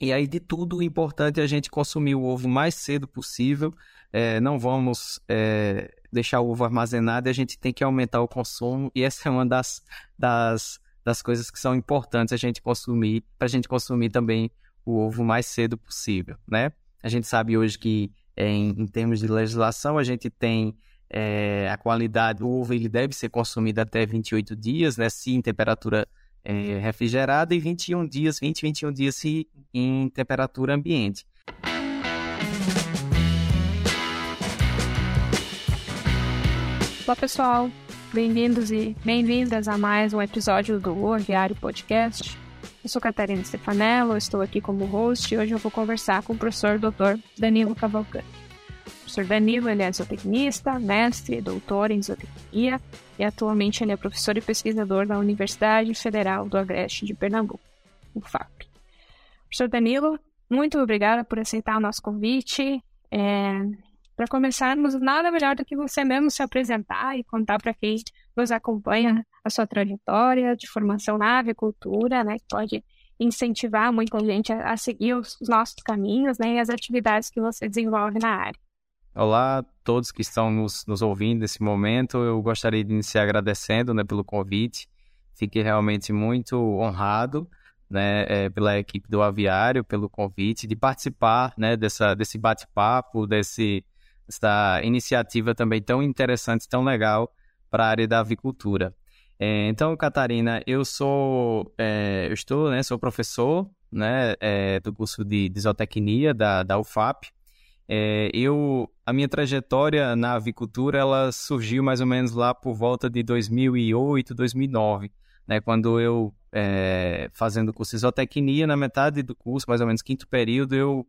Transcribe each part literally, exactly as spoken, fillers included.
E aí, de tudo, o importante é a gente consumir o ovo o mais cedo possível. É, não vamos é, deixar o ovo armazenado, e a gente tem que aumentar o consumo. E essa é uma das, das, das coisas que são importantes a gente consumir, para a gente consumir também o ovo o mais cedo possível, né? A gente sabe hoje que, é, em, em termos de legislação, a gente tem é, a qualidade, o ovo ele deve ser consumido até vinte e oito dias, né? Se em temperatura É, refrigerada, e vinte e um dias, vinte, vinte e um dias se em temperatura ambiente. Olá, pessoal, bem-vindos e bem-vindas a mais um episódio do O Aviário Podcast. Eu sou Catarina Stefanello, estou aqui como host e hoje eu vou conversar com o professor doutor Danilo Cavalcanti. O professor Danilo, ele é zootecnista, mestre e doutor em zootecnia, e atualmente ele é professor e pesquisador da Universidade Federal do Agreste de Pernambuco, U F A P. Professor Danilo, muito obrigada por aceitar o nosso convite. É, para começarmos, nada melhor do que você mesmo se apresentar e contar para quem nos acompanha a sua trajetória de formação na avicultura, né, que pode incentivar muita gente a, a seguir os, os nossos caminhos, né, e as atividades que você desenvolve na área. Olá a todos que estão nos, nos ouvindo nesse momento. Eu gostaria de iniciar agradecendo, né, pelo convite. Fiquei realmente muito honrado, né, é, pela equipe do Aviário, pelo convite de participar, né, dessa, desse bate-papo, desse, dessa iniciativa também tão interessante, tão legal para a área da avicultura. É, então, Catarina, eu sou, é, eu estou, né, sou professor, né, é, do curso de, de zootecnia da, da U F A P. É, eu, a minha trajetória na avicultura, ela surgiu mais ou menos lá por volta de dois mil e oito, dois mil e nove, né, quando eu, é, fazendo o curso de zootecnia, na metade do curso, mais ou menos quinto período, eu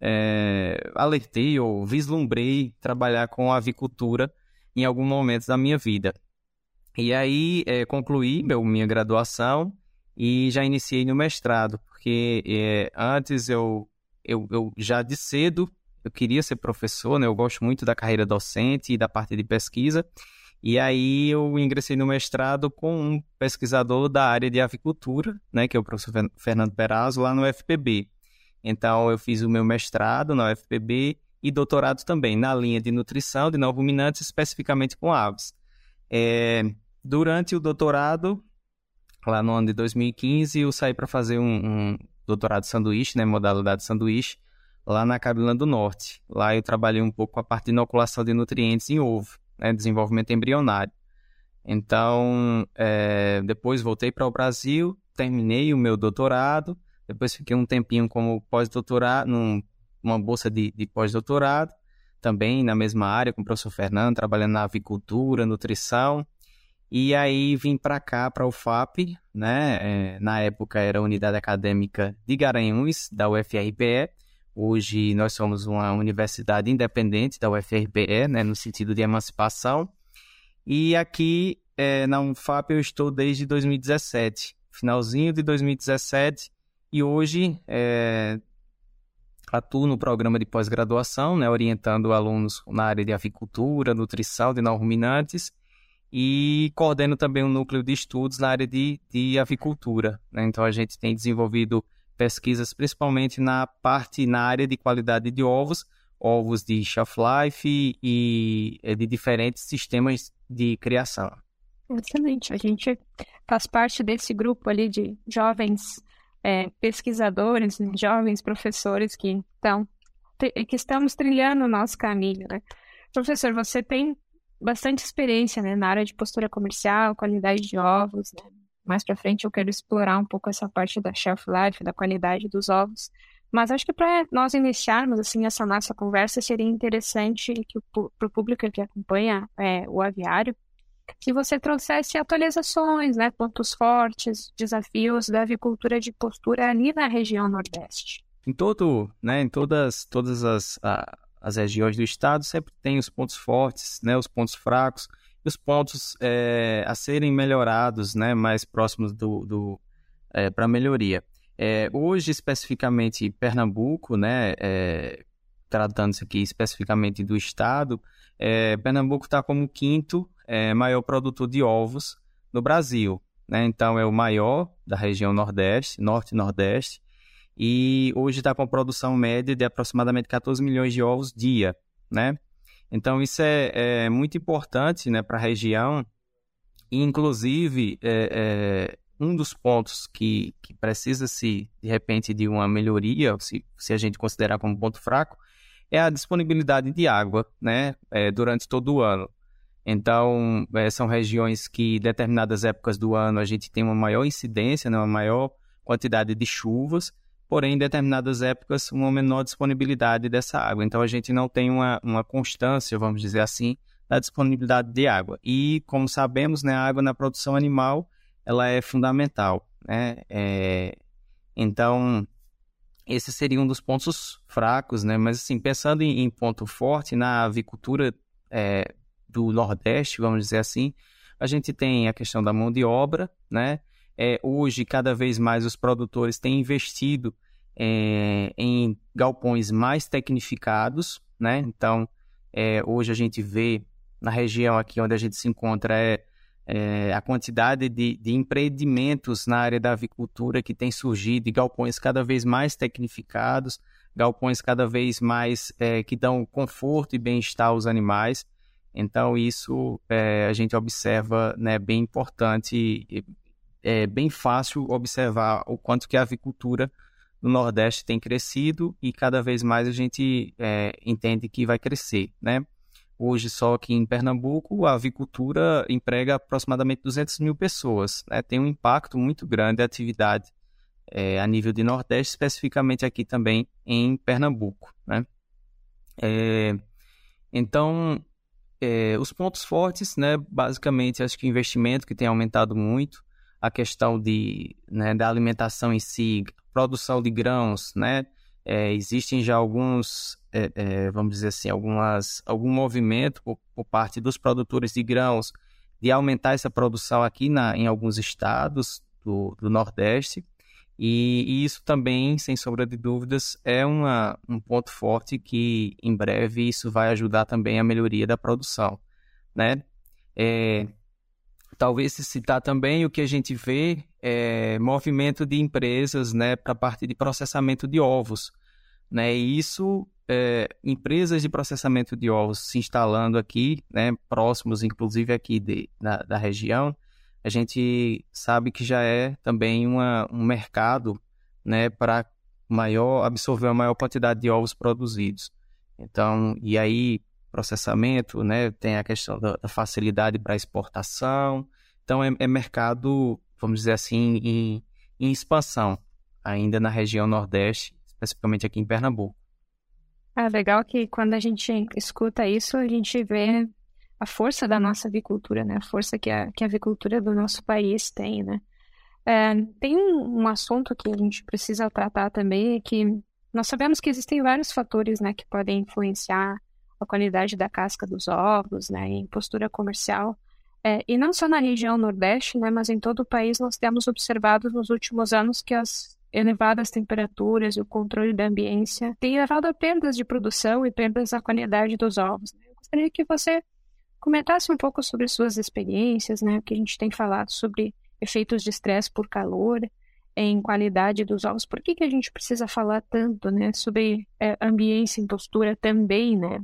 é, alertei ou vislumbrei trabalhar com avicultura em algum momento da minha vida. E aí, é, concluí meu, minha graduação e já iniciei no mestrado, porque é, antes eu, eu, eu já de cedo eu queria ser professor, né? Eu gosto muito da carreira docente e da parte de pesquisa. E aí eu ingressei no mestrado com um pesquisador da área de avicultura, né? Que é o professor Fernando Perazzo, lá no U F P B. Então eu fiz o meu mestrado na U F P B e doutorado também na linha de nutrição de não ruminantes, especificamente com aves. É, durante o doutorado, lá no ano de dois mil e quinze, eu saí para fazer um, um doutorado sanduíche, né? Modalidade sanduíche, lá na Carolina do Norte. Lá eu trabalhei um pouco com a parte de inoculação de nutrientes em ovo, né, desenvolvimento embrionário. Então, é, depois voltei para o Brasil, terminei o meu doutorado, depois fiquei um tempinho como pós-doutorado, numa bolsa de, de pós-doutorado, também na mesma área, com o professor Fernando, trabalhando na avicultura, nutrição, e aí vim para cá, para o U F A P, né, é, na época era a Unidade Acadêmica de Garanhuns, da U F R P E. Hoje nós somos uma universidade independente da U F R P E, né, no sentido de emancipação. E aqui é, na U F A P eu estou desde dois mil e dezessete, finalzinho de dois mil e dezessete, e hoje é, atuo no programa de pós-graduação, né, orientando alunos na área de avicultura, nutrição de não ruminantes, e coordeno também um núcleo de estudos na área de, de avicultura, né? Então a gente tem desenvolvido pesquisas principalmente na parte, na área de qualidade de ovos, ovos de shelf life e, e de diferentes sistemas de criação. Excelente. A gente faz parte desse grupo ali de jovens é, pesquisadores, jovens professores que, estão, que estamos trilhando o nosso caminho, né? Professor, você tem bastante experiência, né, na área de postura comercial, qualidade de ovos, né? Mais para frente eu quero explorar um pouco essa parte da shelf life, da qualidade dos ovos. Mas acho que para nós iniciarmos assim, essa nossa conversa, seria interessante que para o público que acompanha é, o aviário, que você trouxesse atualizações, né, pontos fortes, desafios da avicultura de postura ali na região Nordeste. Em todo, né, em todas, todas as, a, as regiões do estado sempre tem os pontos fortes, né, os pontos fracos, os pontos é, a serem melhorados, né, mais próximos do, do, é, para melhoria. É, hoje, especificamente, Pernambuco, né, é, tratando-se aqui especificamente do estado, é, Pernambuco está como o quinto é, maior produtor de ovos no Brasil, né? Então, é o maior da região Nordeste, Norte e Nordeste, e hoje está com a produção média de aproximadamente quatorze milhões de ovos dia, né? Então, isso é, é muito importante, né, para a região, e, inclusive, é, é, um dos pontos que, que precisa-se, de repente, de uma melhoria, se, se a gente considerar como ponto fraco, é a disponibilidade de água, né, é, durante todo o ano. Então, é, são regiões que, em determinadas épocas do ano, a gente tem uma maior incidência, né, uma maior quantidade de chuvas, porém, em determinadas épocas, uma menor disponibilidade dessa água. Então, a gente não tem uma, uma constância, vamos dizer assim, da disponibilidade de água. E, como sabemos, né, a água na produção animal, ela é fundamental, né? É... Então, esse seria um dos pontos fracos, né? Mas, assim, pensando em, em ponto forte, na avicultura é, do Nordeste, vamos dizer assim, a gente tem a questão da mão de obra, né? É, hoje, cada vez mais, os produtores têm investido é, em galpões mais tecnificados, né? Então, é, hoje a gente vê na região aqui onde a gente se encontra é, é, a quantidade de, de empreendimentos na área da avicultura que tem surgido, e galpões cada vez mais tecnificados, galpões cada vez mais é, que dão conforto e bem-estar aos animais. Então, isso é, a gente observa, né, bem importante. É bem fácil observar o quanto que a avicultura no Nordeste tem crescido, e cada vez mais a gente é, entende que vai crescer, né? Hoje, só aqui em Pernambuco, a avicultura emprega aproximadamente duzentas mil pessoas, né? Tem um impacto muito grande a atividade é, a nível de Nordeste, especificamente aqui também em Pernambuco, né? É, então, é, os pontos fortes, né? Basicamente, acho que o investimento que tem aumentado muito, a questão de, né, da alimentação em si, produção de grãos, né? É, existem já alguns, é, é, vamos dizer assim, algumas, algum movimento por, por parte dos produtores de grãos de aumentar essa produção aqui na, em alguns estados do, do Nordeste, e, e isso também, sem sombra de dúvidas, é uma, um ponto forte que, em breve, isso vai ajudar também a melhoria da produção, né? É, Talvez se citar também o que a gente vê é movimento de empresas, né, para a parte de processamento de ovos, né? E isso, é, empresas de processamento de ovos se instalando aqui, né, próximos, inclusive aqui de, na, da região, a gente sabe que já é também uma, um mercado, né, para maior, absorver a maior quantidade de ovos produzidos. Então, e aí, processamento, né? Tem a questão da, da facilidade para exportação. Então, é, é mercado, vamos dizer assim, em, em expansão, ainda na região Nordeste, especificamente aqui em Pernambuco. É legal que quando a gente escuta isso, a gente vê a força da nossa avicultura, né? A força que a, que a avicultura do nosso país tem, né? É, tem um, um assunto que a gente precisa tratar também, que nós sabemos que existem vários fatores, né, que podem influenciar a qualidade da casca dos ovos, né, em postura comercial. É, e não só na região Nordeste, né, mas em todo o país nós temos observado nos últimos anos que as elevadas temperaturas e o controle da ambiência têm levado a perdas de produção e perdas na qualidade dos ovos. Eu gostaria que você comentasse um pouco sobre suas experiências, né, que a gente tem falado sobre efeitos de estresse por calor em qualidade dos ovos. Por que que a gente precisa falar tanto, né, sobre é, ambiência em postura também, né?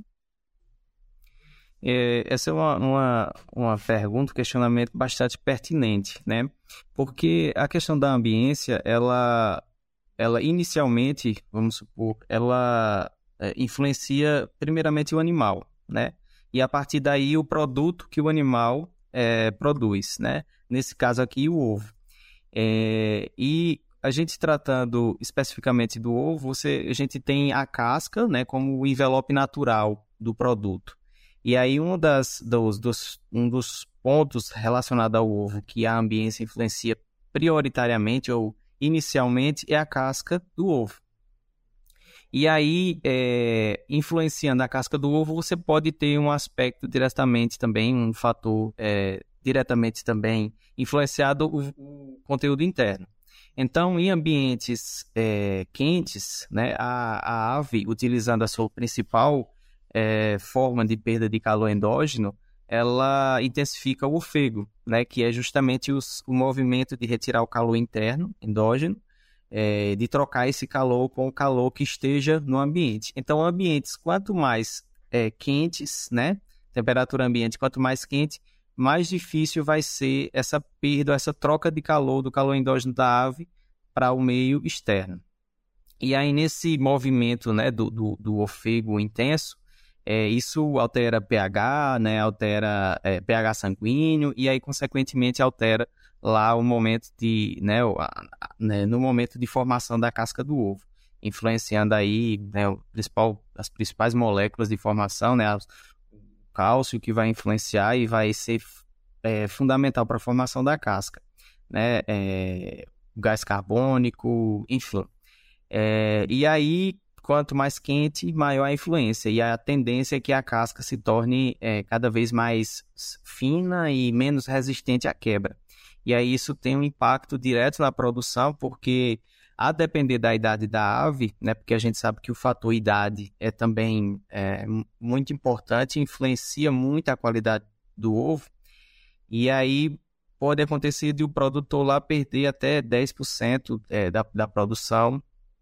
É, essa é uma, uma, uma pergunta, um questionamento bastante pertinente, né? Porque a questão da ambiência, ela, ela inicialmente, vamos supor, ela é, influencia primeiramente o animal, né? E a partir daí o produto que o animal é, produz, né? Nesse caso aqui, o ovo. É, e a gente tratando especificamente do ovo, você, a gente tem a casca, né, como o envelope natural do produto. E aí um, das, dos, dos, um dos pontos relacionados ao ovo que a ambiência influencia prioritariamente ou inicialmente é a casca do ovo. E aí, é, influenciando a casca do ovo, você pode ter um aspecto diretamente também, um fator é, diretamente também influenciado o, o conteúdo interno. Então, em ambientes é, quentes, né, a, a ave, utilizando a sua principal é, forma de perda de calor endógeno, ela intensifica o ofego, né, que é justamente os, o movimento de retirar o calor interno, endógeno, é, de trocar esse calor com o calor que esteja no ambiente. Então, ambientes quanto mais é, quentes, né? Temperatura ambiente quanto mais quente, mais difícil vai ser essa perda, essa troca de calor, do calor endógeno da ave para o meio externo. E aí, nesse movimento, né, do, do, do ofego intenso, é, isso altera pH, né, altera é, pH sanguíneo, e aí, consequentemente, altera lá o momento de, né, o, a, né, no momento de formação da casca do ovo, influenciando aí, né, o principal, as principais moléculas de formação, né, o cálcio, que vai influenciar e vai ser é, fundamental para a formação da casca, né, é, o gás carbônico, enfim. É, e aí, quanto mais quente, maior a influência. E a tendência é que a casca se torne é, cada vez mais fina e menos resistente à quebra. E aí isso tem um impacto direto na produção, porque a depender da idade da ave, né, porque a gente sabe que o fator idade é também é, muito importante, influencia muito a qualidade do ovo. E aí pode acontecer de o produtor lá perder até dez por cento é, da, da produção,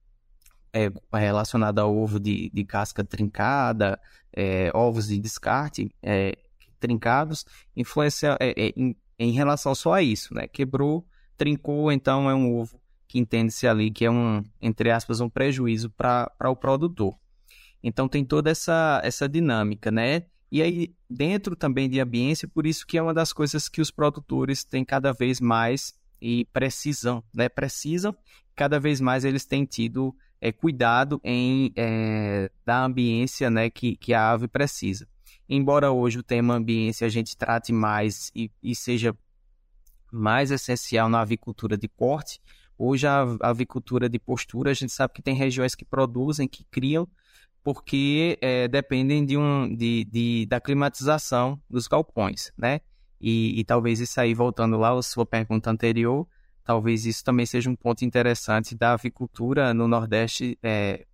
É, relacionada ao ovo de, de casca trincada, é, ovos de descarte é, trincados, influencia é, é, em, em relação só a isso, né? Quebrou, trincou, então é um ovo que entende-se ali que é um, entre aspas, um prejuízo para o produtor. Então tem toda essa, essa dinâmica, né? E aí, dentro também de ambiência, por isso que é uma das coisas que os produtores têm cada vez mais e precisam, né? Precisam, cada vez mais eles têm tido É, cuidado em é, da ambiência, né, que, que a ave precisa. Embora hoje o tema ambiência a gente trate mais e, e seja mais essencial na avicultura de corte, hoje a, a avicultura de postura, a gente sabe que tem regiões que produzem, que criam, porque é, dependem de um, de, de, da climatização dos galpões, né? E, e talvez isso aí, voltando lá à sua pergunta anterior, talvez isso também seja um ponto interessante da avicultura no Nordeste é,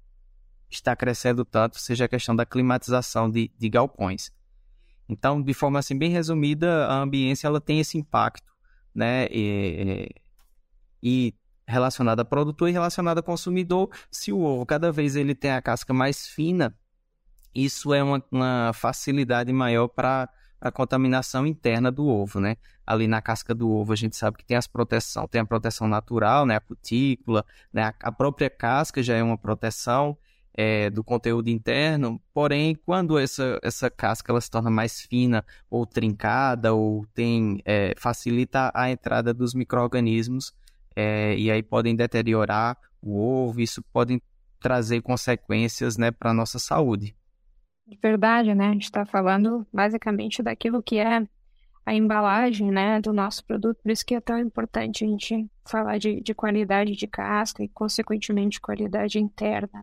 está crescendo tanto, seja a questão da climatização de, de galpões. Então, de forma assim bem resumida, a ambiência ela tem esse impacto, né? E, e relacionado a produtor e relacionado a consumidor. Se o ovo cada vez ele tem a casca mais fina, isso é uma, uma facilidade maior para a contaminação interna do ovo, né? Ali na casca do ovo a gente sabe que tem as proteção, tem a proteção natural, né? A cutícula, né? A própria casca já é uma proteção é, do conteúdo interno, porém quando essa, essa casca ela se torna mais fina ou trincada ou tem, é, facilita a entrada dos micro-organismos é, e aí podem deteriorar o ovo, isso pode trazer consequências, né, para a nossa saúde. De verdade, né? A gente está falando basicamente daquilo que é a embalagem, né, do nosso produto, por isso que é tão importante a gente falar de, de qualidade de casca e, consequentemente, qualidade interna.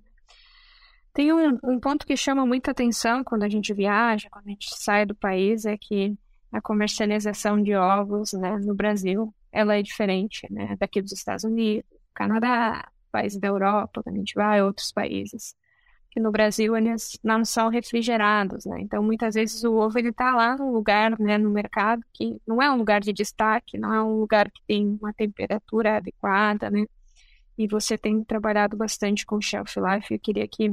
Tem um, um ponto que chama muita atenção quando a gente viaja, quando a gente sai do país, é que a comercialização de ovos, né, no Brasil, ela é diferente, né, daqui dos Estados Unidos, Canadá, países da Europa, quando a gente vai a outros países. Que no Brasil eles não são refrigerados, né? Então, muitas vezes o ovo ele está lá no lugar, né, no mercado, que não é um lugar de destaque, não é um lugar que tem uma temperatura adequada, né? E você tem trabalhado bastante com shelf life. Eu queria que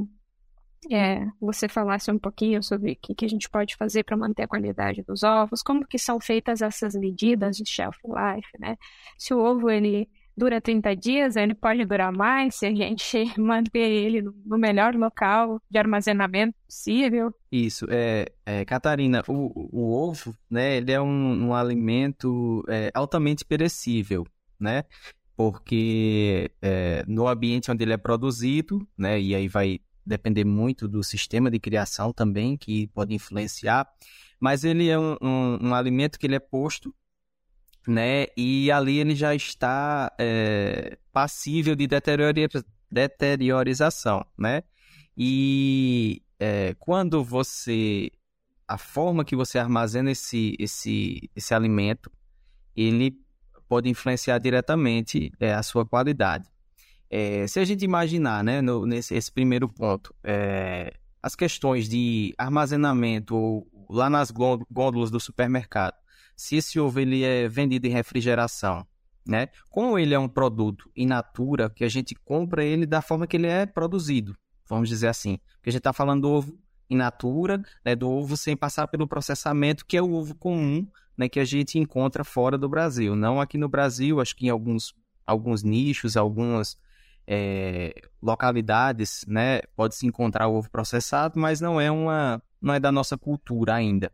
é, você falasse um pouquinho sobre o que, que a gente pode fazer para manter a qualidade dos ovos, como que são feitas essas medidas de shelf life, né? Se o ovo ele dura trinta dias, ele pode durar mais se a gente manter ele no melhor local de armazenamento possível. Isso, é, é Catarina, o, o ovo, né, ele é um, um alimento é, altamente perecível, né, porque é, no ambiente onde ele é produzido, né, e aí vai depender muito do sistema de criação também, que pode influenciar, mas ele é um, um, um alimento que ele é posto, né? E ali ele já está é, passível de deteriori- deteriorização, né? E é, quando você... A forma que você armazena esse, esse, esse alimento, ele pode influenciar diretamente é, a sua qualidade. É, se a gente imaginar, né, no, nesse esse primeiro ponto, é, as questões de armazenamento ou lá nas gôndolas do supermercado, se esse ovo ele é vendido em refrigeração, né? Como ele é um produto in natura, que a gente compra ele da forma que ele é produzido, vamos dizer assim. Porque a gente está falando do ovo in natura, né, do ovo sem passar pelo processamento, que é o ovo comum, né, que a gente encontra fora do Brasil. Não aqui no Brasil, acho que em alguns, alguns nichos, algumas é, localidades, né, pode-se encontrar o ovo processado, mas não é, uma, não é da nossa cultura ainda.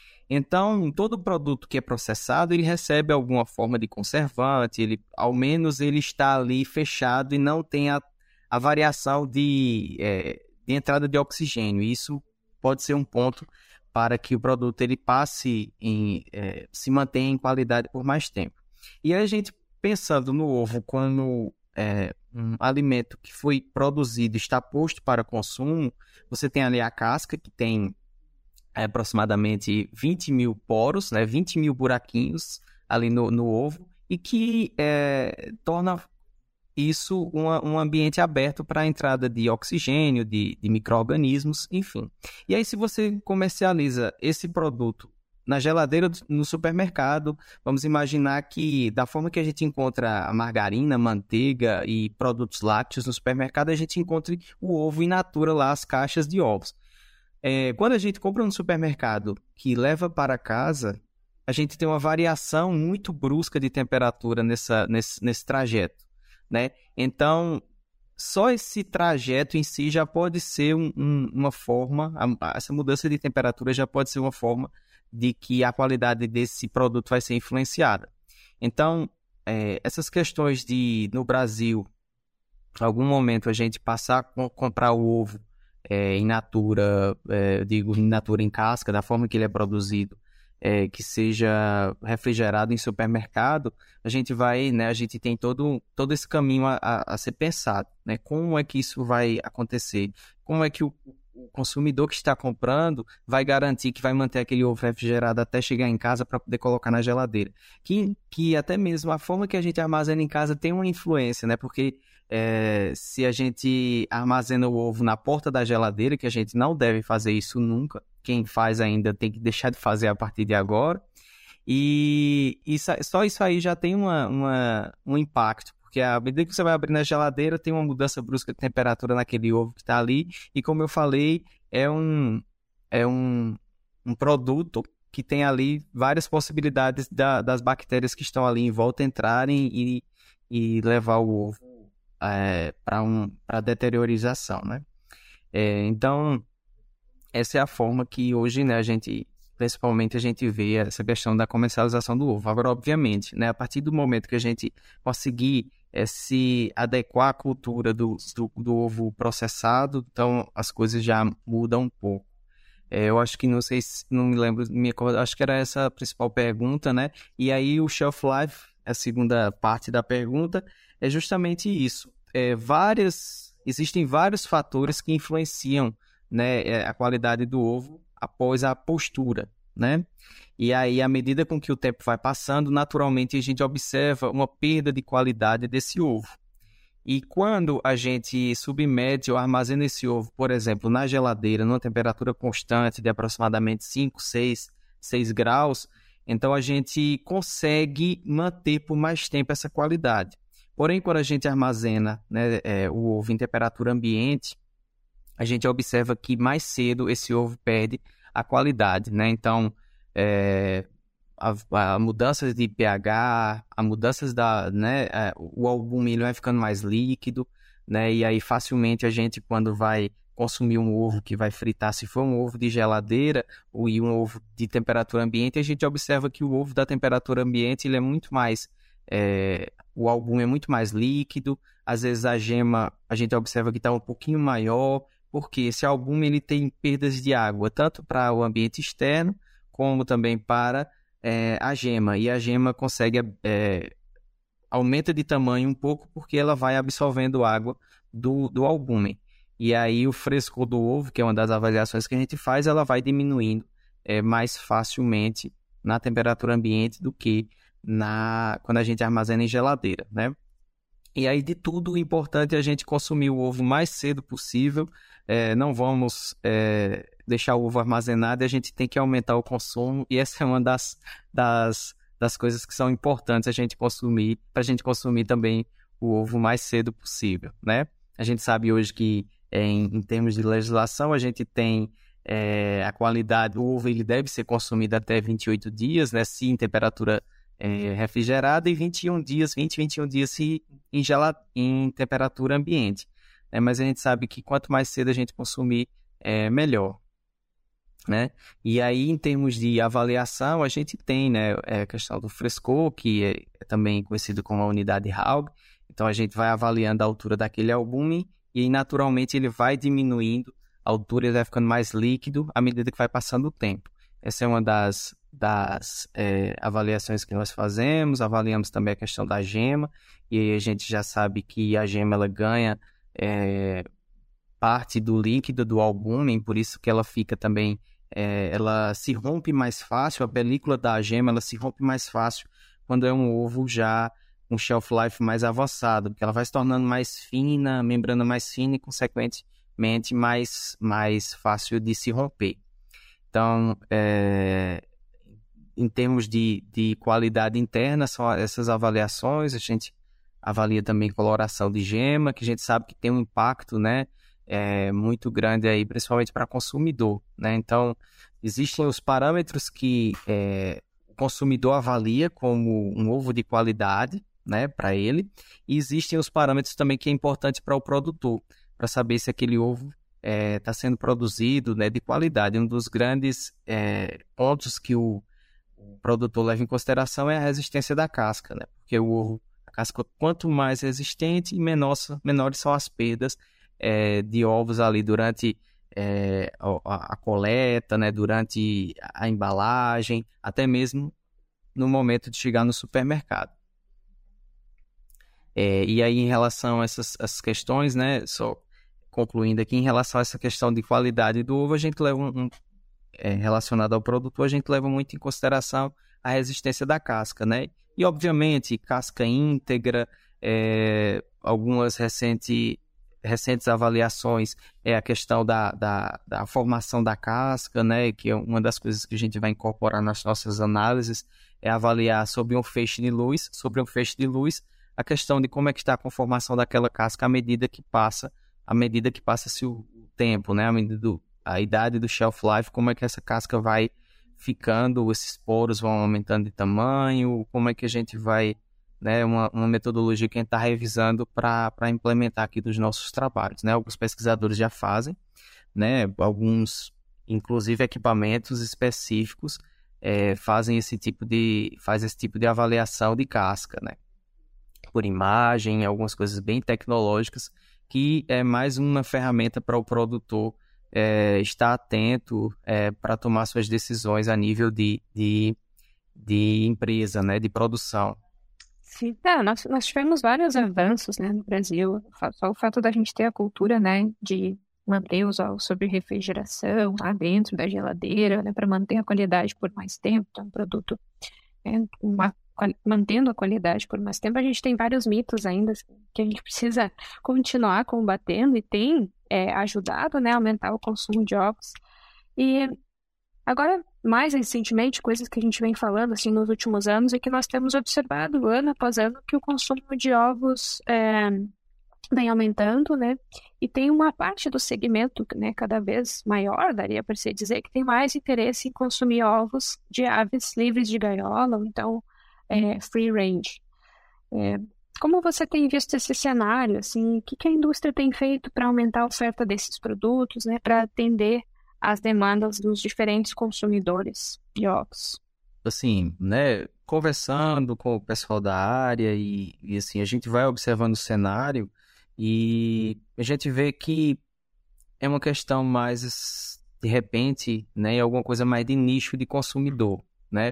Então, todo produto que é processado, ele recebe alguma forma de conservante, ele, ao menos ele está ali fechado e não tem a, a variação de, é, de entrada de oxigênio. Isso pode ser um ponto para que o produto ele passe em, é, se mantenha em qualidade por mais tempo. E aí a gente, pensando no ovo como é, um alimento que foi produzido, está posto para consumo, você tem ali a casca, que tem é, aproximadamente vinte mil poros, né, vinte mil buraquinhos ali no, no ovo, e que é, torna isso uma, um ambiente aberto para a entrada de oxigênio, de, de micro-organismos, enfim. E aí, se você comercializa esse produto na geladeira no supermercado, vamos imaginar que, da forma que a gente encontra a margarina, manteiga e produtos lácteos no supermercado, a gente encontre o ovo in natura lá, as caixas de ovos. É, quando a gente compra no supermercado que leva para casa, a gente tem uma variação muito brusca de temperatura nessa, nesse, nesse trajeto, né? Então, só esse trajeto em si já pode ser um, um, uma forma, a, essa mudança de temperatura já pode ser uma forma de que a qualidade desse produto vai ser influenciada. Então, é, essas questões de, no Brasil, em algum momento a gente passar a comprar o ovo é, in natura, é, digo in natura em casca, da forma que ele é produzido, É, que seja refrigerado em supermercado, a gente vai, né, a gente tem todo, todo esse caminho a, a, a ser pensado, né? Como é que isso vai acontecer? Como é que o, o consumidor que está comprando vai garantir que vai manter aquele ovo refrigerado até chegar em casa para poder colocar na geladeira? Que, que até mesmo a forma que a gente armazena em casa tem uma influência, né? Porque é, se a gente armazena o ovo na porta da geladeira, que a gente não deve fazer isso nunca, quem faz ainda tem que deixar de fazer a partir de agora. E isso, só isso aí já tem uma, uma, um impacto, porque à medida que você vai abrir na geladeira, tem uma mudança brusca de temperatura naquele ovo que está ali. E como eu falei, é um, é um, um produto que tem ali várias possibilidades da, das bactérias que estão ali em volta entrarem e, e levar o ovo é, para um, para deteriorização, né? É, então, essa é a forma que hoje, né, a gente, principalmente a gente vê essa questão da comercialização do ovo. Agora, obviamente, né, a partir do momento que a gente conseguir é, se adequar à cultura do, do, do ovo processado, então as coisas já mudam um pouco. É, eu acho que, não sei se, não me lembro, me, acho que era essa a principal pergunta, né? E aí o shelf life, a segunda parte da pergunta, é justamente isso. É, várias, existem vários fatores que influenciam, né, a qualidade do ovo após a postura, né? E aí, à medida com que o tempo vai passando, naturalmente a gente observa uma perda de qualidade desse ovo. E quando a gente submete ou armazena esse ovo, por exemplo, na geladeira, numa temperatura constante de aproximadamente cinco, seis, seis graus, então a gente consegue manter por mais tempo essa qualidade. Porém, quando a gente armazena, né, é, o ovo em temperatura ambiente, a gente observa que mais cedo esse ovo perde a qualidade, né? Então, é, a, a mudanças de pH, a mudanças da, né, é, o albume ele vai ficando mais líquido, né? E aí facilmente a gente, quando vai consumir um ovo que vai fritar, se for um ovo de geladeira ou um ovo de temperatura ambiente, a gente observa que o ovo da temperatura ambiente ele é muito mais, é, o albume é muito mais líquido, às vezes a gema a gente observa que está um pouquinho maior, porque esse albume ele tem perdas de água, tanto para o ambiente externo, como também para é, a gema. E a gema consegue, é, aumenta de tamanho um pouco, porque ela vai absorvendo água do, do albume. E aí o frescor do ovo, que é uma das avaliações que a gente faz, ela vai diminuindo é, mais facilmente na temperatura ambiente do que na, quando a gente armazena em geladeira, né? E aí, de tudo, o importante é a gente consumir o ovo o mais cedo possível. É, não vamos é, deixar o ovo armazenado e a gente tem que aumentar o consumo. E essa é uma das, das, das coisas que são importantes a gente consumir, para a gente consumir também o ovo o mais cedo possível, né? A gente sabe hoje que, em, em termos de legislação, a gente tem é, a qualidade, o ovo ele deve ser consumido até vinte e oito dias, né? Se em temperatura é, refrigerada, e vinte e um dias, vinte, vinte e um dias se em, gela, em temperatura ambiente. É, mas a gente sabe que quanto mais cedo a gente consumir, é melhor, né? E aí, em termos de avaliação, a gente tem, né, a questão do frescor, que é, é também conhecido como a unidade Haug. Então, a gente vai avaliando a altura daquele albume e aí, naturalmente, ele vai diminuindo, a altura ele vai ficando mais líquido à medida que vai passando o tempo. Essa é uma das, das é, avaliações que nós fazemos. Avaliamos também a questão da gema, e aí a gente já sabe que a gema ela ganha é, parte do líquido do albúmen, por isso que ela fica também, é, ela se rompe mais fácil, a película da gema ela se rompe mais fácil quando é um ovo já um shelf life mais avançado, porque ela vai se tornando mais fina, a membrana mais fina e, consequentemente, mais, mais fácil de se romper. Então, é, em termos de, de qualidade interna, são essas avaliações. A gente avalia também coloração de gema, que a gente sabe que tem um impacto, né, é, muito grande aí, principalmente para consumidor, né? Então, existem os parâmetros que é, o consumidor avalia como um ovo de qualidade, né, para ele, e existem os parâmetros também que é importante para o produtor, para saber se aquele ovo está é, sendo produzido, né, de qualidade. Um dos grandes é, pontos que o, o produtor leva em consideração é a resistência da casca, né? Porque o ovo, a casca, quanto mais resistente, menor, menores são as perdas é, de ovos ali durante é, a, a coleta, né, durante a embalagem, até mesmo no momento de chegar no supermercado. É, e aí, em relação a essas, essas questões, né, só concluindo aqui, em relação a essa questão de qualidade do ovo, a gente leva um, um é, relacionado ao produtor, a gente leva muito em consideração a resistência da casca, né? E, obviamente, casca íntegra, é, algumas recente, recentes avaliações é a questão da, da, da formação da casca, né? Que é uma das coisas que a gente vai incorporar nas nossas análises, é avaliar sobre um feixe de luz, sobre um feixe de luz, a questão de como é que está a conformação daquela casca à medida que passa, à medida que passa-se o tempo, né? À medida do, a idade do shelf life, como é que essa casca vai ficando, esses poros vão aumentando de tamanho, como é que a gente vai, né? Uma, uma metodologia que a gente está revisando para implementar aqui dos nossos trabalhos, né? Alguns pesquisadores já fazem, né? Alguns, inclusive, equipamentos específicos é, fazem esse tipo de, faz esse tipo de avaliação de casca, né? Por imagem, algumas coisas bem tecnológicas, que é mais uma ferramenta para o produtor é, estar atento é, para tomar suas decisões a nível de, de, de empresa, né, de produção. Sim, é, nós, nós tivemos vários avanços, né, no Brasil. Só o fato da gente ter a cultura, né, de manter os ovos sob refrigeração lá dentro da geladeira, né, para manter a qualidade por mais tempo. Então, um produto é, uma mantendo a qualidade por mais tempo. A gente tem vários mitos ainda que a gente precisa continuar combatendo e tem é, ajudado, né, a aumentar o consumo de ovos. E agora, mais recentemente, coisas que a gente vem falando assim, nos últimos anos é que nós temos observado ano após ano que o consumo de ovos é, vem aumentando, né? E tem uma parte do segmento, né, cada vez maior, daria para se dizer, que tem mais interesse em consumir ovos de aves livres de gaiola, ou então É, free range. É, como você tem visto esse cenário? Assim, o que, que a indústria tem feito para aumentar a oferta desses produtos, né, para atender às demandas dos diferentes consumidores de ovos? Assim, né, conversando com o pessoal da área e, e assim, a gente vai observando o cenário e a gente vê que é uma questão mais, de repente, né, alguma coisa mais de nicho de consumidor, né?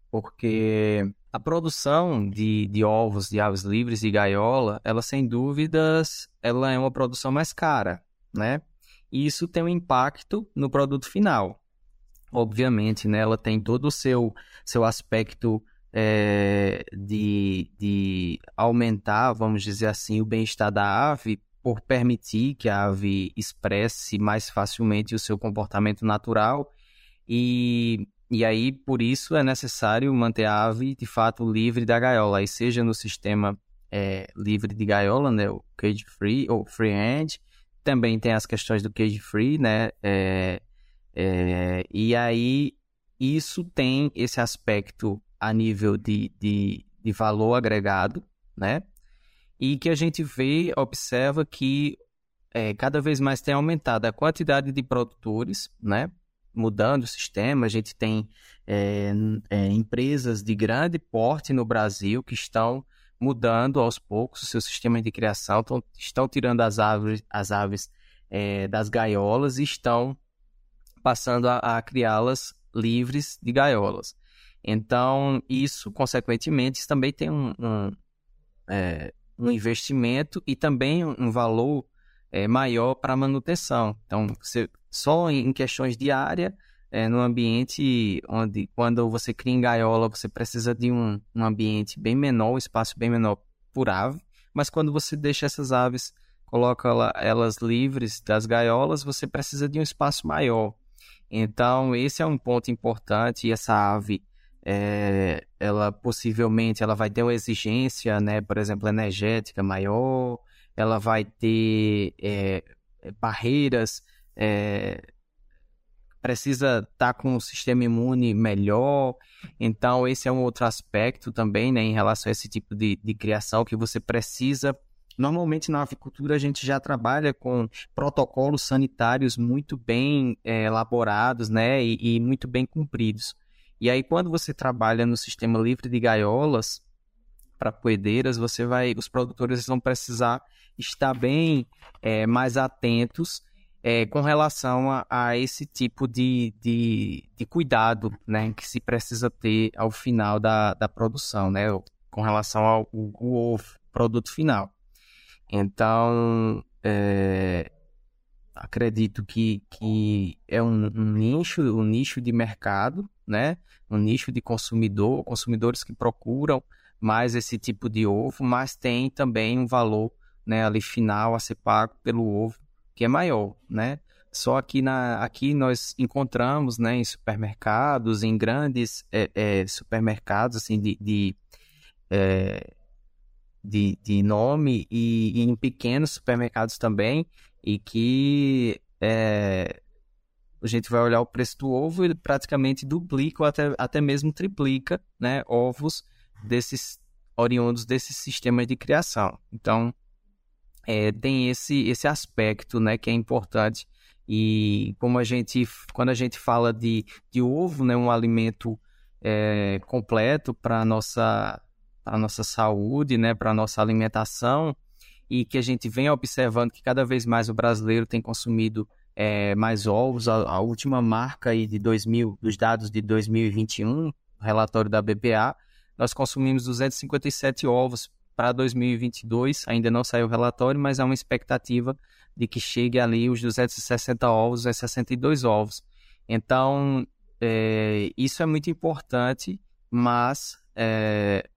Porque a produção de, de ovos de aves livres e gaiola, ela sem dúvidas, ela é uma produção mais cara, né? E isso tem um impacto no produto final. Obviamente, né? Ela tem todo o seu, seu aspecto é, de, de aumentar, vamos dizer assim, o bem-estar da ave, por permitir que a ave expresse mais facilmente o seu comportamento natural e E aí, por isso, é necessário manter a ave, de fato, livre da gaiola. Aí, seja no sistema é, livre de gaiola, né, o cage-free ou free-range. Também tem as questões do cage-free, né? É, é, e aí, isso tem esse aspecto a nível de, de, de valor agregado, né? E que a gente vê, observa que é, cada vez mais tem aumentado a quantidade de produtores, né? Mudando o sistema. A gente tem é, é, empresas de grande porte no Brasil que estão mudando aos poucos o seu sistema de criação, tão, estão tirando as aves, as aves é, das gaiolas e estão passando a, a criá-las livres de gaiolas. Então, isso, consequentemente, isso também tem um, um, é, um investimento e também um valor é, maior para a manutenção. Então, você, só em questões de área, é, no ambiente onde, quando você cria em gaiola, você precisa de um, um ambiente bem menor, um espaço bem menor por ave, mas quando você deixa essas aves, coloca ela, elas livres das gaiolas, você precisa de um espaço maior. Então, esse é um ponto importante, e essa ave, é, ela possivelmente ela vai ter uma exigência, né, por exemplo, energética maior, ela vai ter é, barreiras, é, precisa estar com um sistema imune melhor. Então, esse é um outro aspecto também, né, em relação a esse tipo de, de criação que você precisa. Normalmente, na avicultura, a gente já trabalha com protocolos sanitários muito bem é, elaborados, né, e, e muito bem cumpridos. E aí, quando você trabalha no sistema livre de gaiolas para poedeiras, você vai, os produtores vão precisar estar bem é, mais atentos É, com relação a, a esse tipo de, de, de cuidado, né, que se precisa ter ao final da, da produção, né, com relação ao, ao, ao ovo, produto final. Então, é, acredito que, que é um, um nicho, um nicho de mercado, né, um nicho de consumidor, consumidores que procuram mais esse tipo de ovo, mas tem também um valor, né, ali final a ser pago pelo ovo, que é maior, né? Só que na, aqui nós encontramos, né, em supermercados, em grandes é, é, supermercados assim, de, de, é, de, de nome e, e em pequenos supermercados também, e que é, a gente vai olhar o preço do ovo, ele praticamente duplica ou até, até mesmo triplica, né, ovos desses oriundos desses sistemas de criação. Então, É, tem esse, esse aspecto, né, que é importante. E como a gente, quando a gente fala de, de ovo, né, um alimento é, completo para a nossa, para nossa saúde, né, para a nossa alimentação, e que a gente vem observando que cada vez mais o brasileiro tem consumido é, mais ovos. A, a última marca aí de dois mil, dos dados de dois mil e vinte e um, relatório da B B A, nós consumimos duzentos e cinquenta e sete ovos. Para dois mil e vinte e dois, ainda não saiu o relatório, mas há uma expectativa de que chegue ali os duzentos e sessenta ovos, a sessenta e dois ovos. Então, é, isso é muito importante, mas é,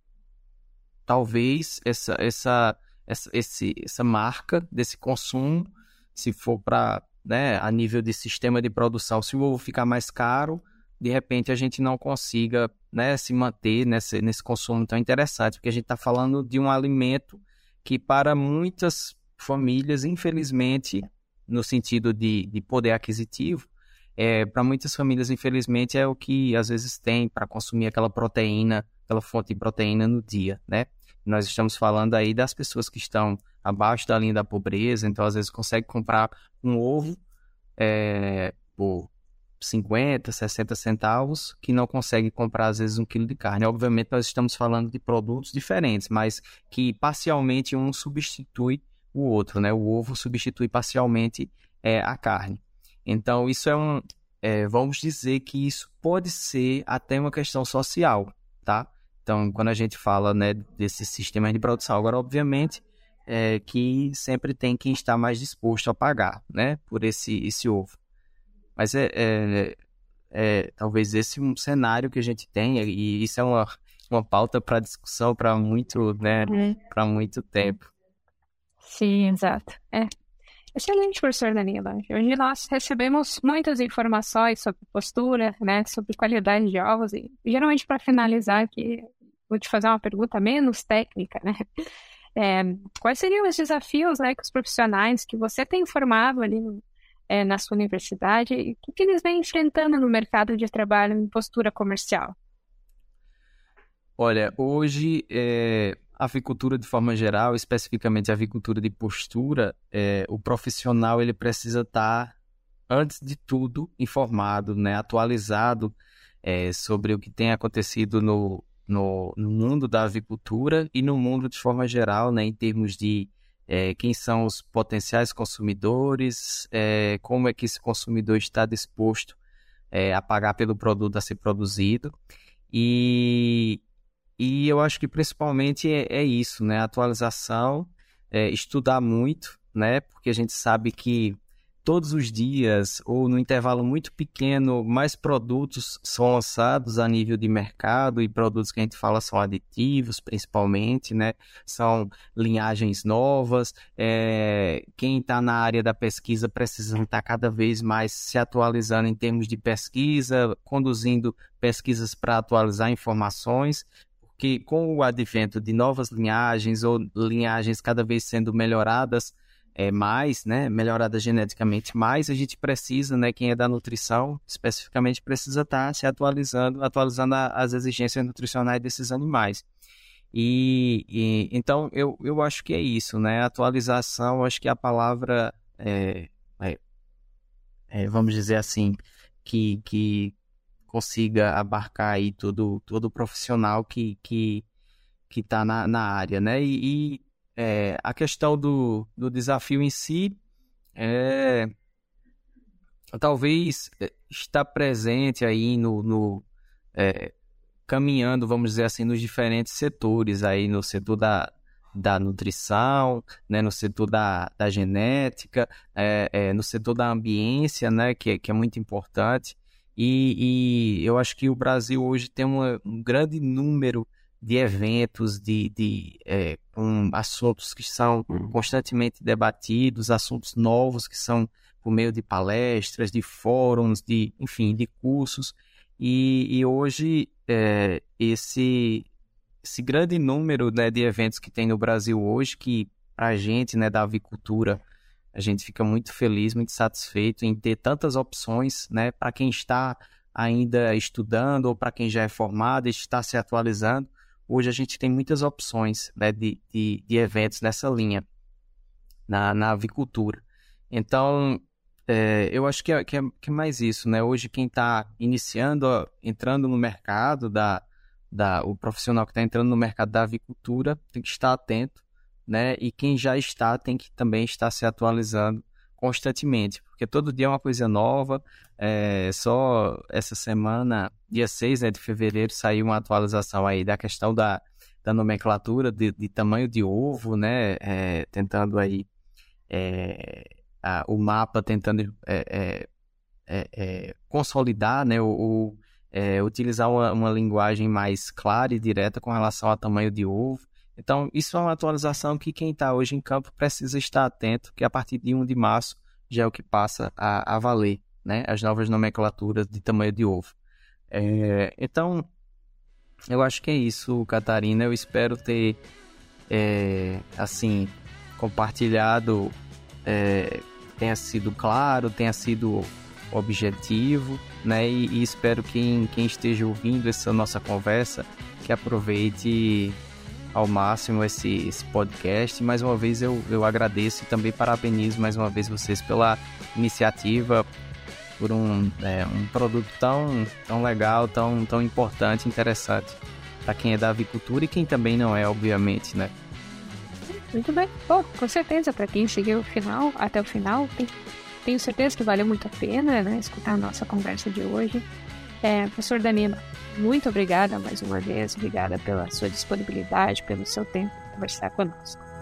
talvez essa, essa, essa, esse, essa marca desse consumo, se for para, né, a nível de sistema de produção, se o ovo ficar mais caro, de repente a gente não consiga, né, se manter nesse, nesse consumo tão interessante, porque a gente está falando de um alimento que para muitas famílias, infelizmente, no sentido de, de poder aquisitivo, é, para muitas famílias, infelizmente, é o que às vezes tem para consumir aquela proteína, aquela fonte de proteína no dia, né? Nós estamos falando aí das pessoas que estão abaixo da linha da pobreza, então às vezes consegue comprar um ovo é, por cinquenta, sessenta centavos, que não consegue comprar, às vezes, um quilo de carne. Obviamente, nós estamos falando de produtos diferentes, mas que parcialmente um substitui o outro, né? O ovo substitui parcialmente é, a carne. Então, isso é um... É, vamos dizer que isso pode ser até uma questão social, tá? Então, quando a gente fala, né, desses sistemas de produção, agora, obviamente, é, que sempre tem quem está mais disposto a pagar, né, por esse, esse ovo. Mas é, é, é talvez esse um cenário que a gente tenha, e isso é uma, uma pauta para discussão para muito, né, Uhum. para muito tempo. Sim, exato. É. Excelente, professor Danilo. Hoje nós recebemos muitas informações sobre postura, né, sobre qualidade de ovos e geralmente para finalizar aqui, vou te fazer uma pergunta menos técnica, né? É, quais seriam os desafios, né, que os profissionais que você tem formado ali é, na sua universidade, e o que, que eles vêm enfrentando no mercado de trabalho em postura comercial? Olha, hoje é, a avicultura de forma geral, especificamente a avicultura de postura, é, o profissional ele precisa estar, antes de tudo, informado, né, atualizado é, sobre o que tem acontecido no, no, no mundo da avicultura e no mundo de forma geral, né, em termos de é, quem são os potenciais consumidores, é, como é que esse consumidor está disposto é, a pagar pelo produto a ser produzido. E, e eu acho que principalmente é, é isso, né? A atualização, é, estudar muito, né? Porque a gente sabe que todos os dias, ou no intervalo muito pequeno, mais produtos são lançados a nível de mercado, e produtos que a gente fala são aditivos, principalmente, né? São linhagens novas. É, quem está na área da pesquisa precisa estar cada vez mais se atualizando em termos de pesquisa, conduzindo pesquisas para atualizar informações, porque com o advento de novas linhagens ou linhagens cada vez sendo melhoradas, É, mais, né, melhorada geneticamente mais, a gente precisa, né, quem é da nutrição, especificamente, precisa estar se atualizando, atualizando a, as exigências nutricionais desses animais. E, e então, eu, eu acho que é isso, né, atualização, acho que a palavra, é, é, é, vamos dizer assim, que, que consiga abarcar aí todo, todo profissional que que que está na, na área, né, e, e É, a questão do, do desafio em si é talvez estar presente aí no, no é, caminhando, vamos dizer assim, nos diferentes setores, aí no setor da, da nutrição, né, no setor da, da genética, é, é, no setor da ambiência, né, que, é, que é muito importante. E, e eu acho que o Brasil hoje tem uma, um grande número de eventos, de, de é, com assuntos que são constantemente debatidos, assuntos novos que são por meio de palestras, de fóruns, de, enfim, de cursos. E, e hoje é, esse, esse grande número, né, de eventos que tem no Brasil hoje, que para a gente, né, da avicultura, a gente fica muito feliz, muito satisfeito em ter tantas opções, né, para quem está ainda estudando ou para quem já é formado e está se atualizando. Hoje a gente tem muitas opções, né, de, de, de eventos nessa linha, na, na avicultura. Então, é, eu acho que é, que, é, que é mais isso, né? Hoje quem está iniciando, ó, entrando no mercado, da, da, o profissional que está entrando no mercado da avicultura tem que estar atento, né? E quem já está tem que também estar se atualizando constantemente, porque todo dia é uma coisa nova. É, só essa semana, dia seis, né, de fevereiro, saiu uma atualização aí da questão da, da nomenclatura de, de tamanho de ovo, né, é, tentando aí é, a, o mapa tentando é, é, é, é, consolidar, né, ou é, utilizar uma, uma linguagem mais clara e direta com relação ao tamanho de ovo. Então, isso é uma atualização que quem está hoje em campo precisa estar atento, que a partir de primeiro de março já é o que passa a, a valer, né? As novas nomenclaturas de tamanho de ovo. É, então, eu acho que é isso, Catarina. Eu espero ter, é, assim, compartilhado, é, tenha sido claro, tenha sido objetivo, né? E, e espero que quem, quem esteja ouvindo essa nossa conversa, que aproveite ao máximo esse, esse podcast. Mais uma vez eu, eu agradeço e também parabenizo mais uma vez vocês pela iniciativa, por um, é, um produto tão, tão legal, tão, tão importante, interessante para quem é da avicultura e quem também não é, obviamente, né? Muito bem. Bom, com certeza, para quem seguiu o final, até o final, tem, tenho certeza que valeu muito a pena, né, escutar a nossa conversa de hoje. É, professor Danilo, muito obrigada mais uma vez, obrigada pela sua disponibilidade, pelo seu tempo para conversar conosco.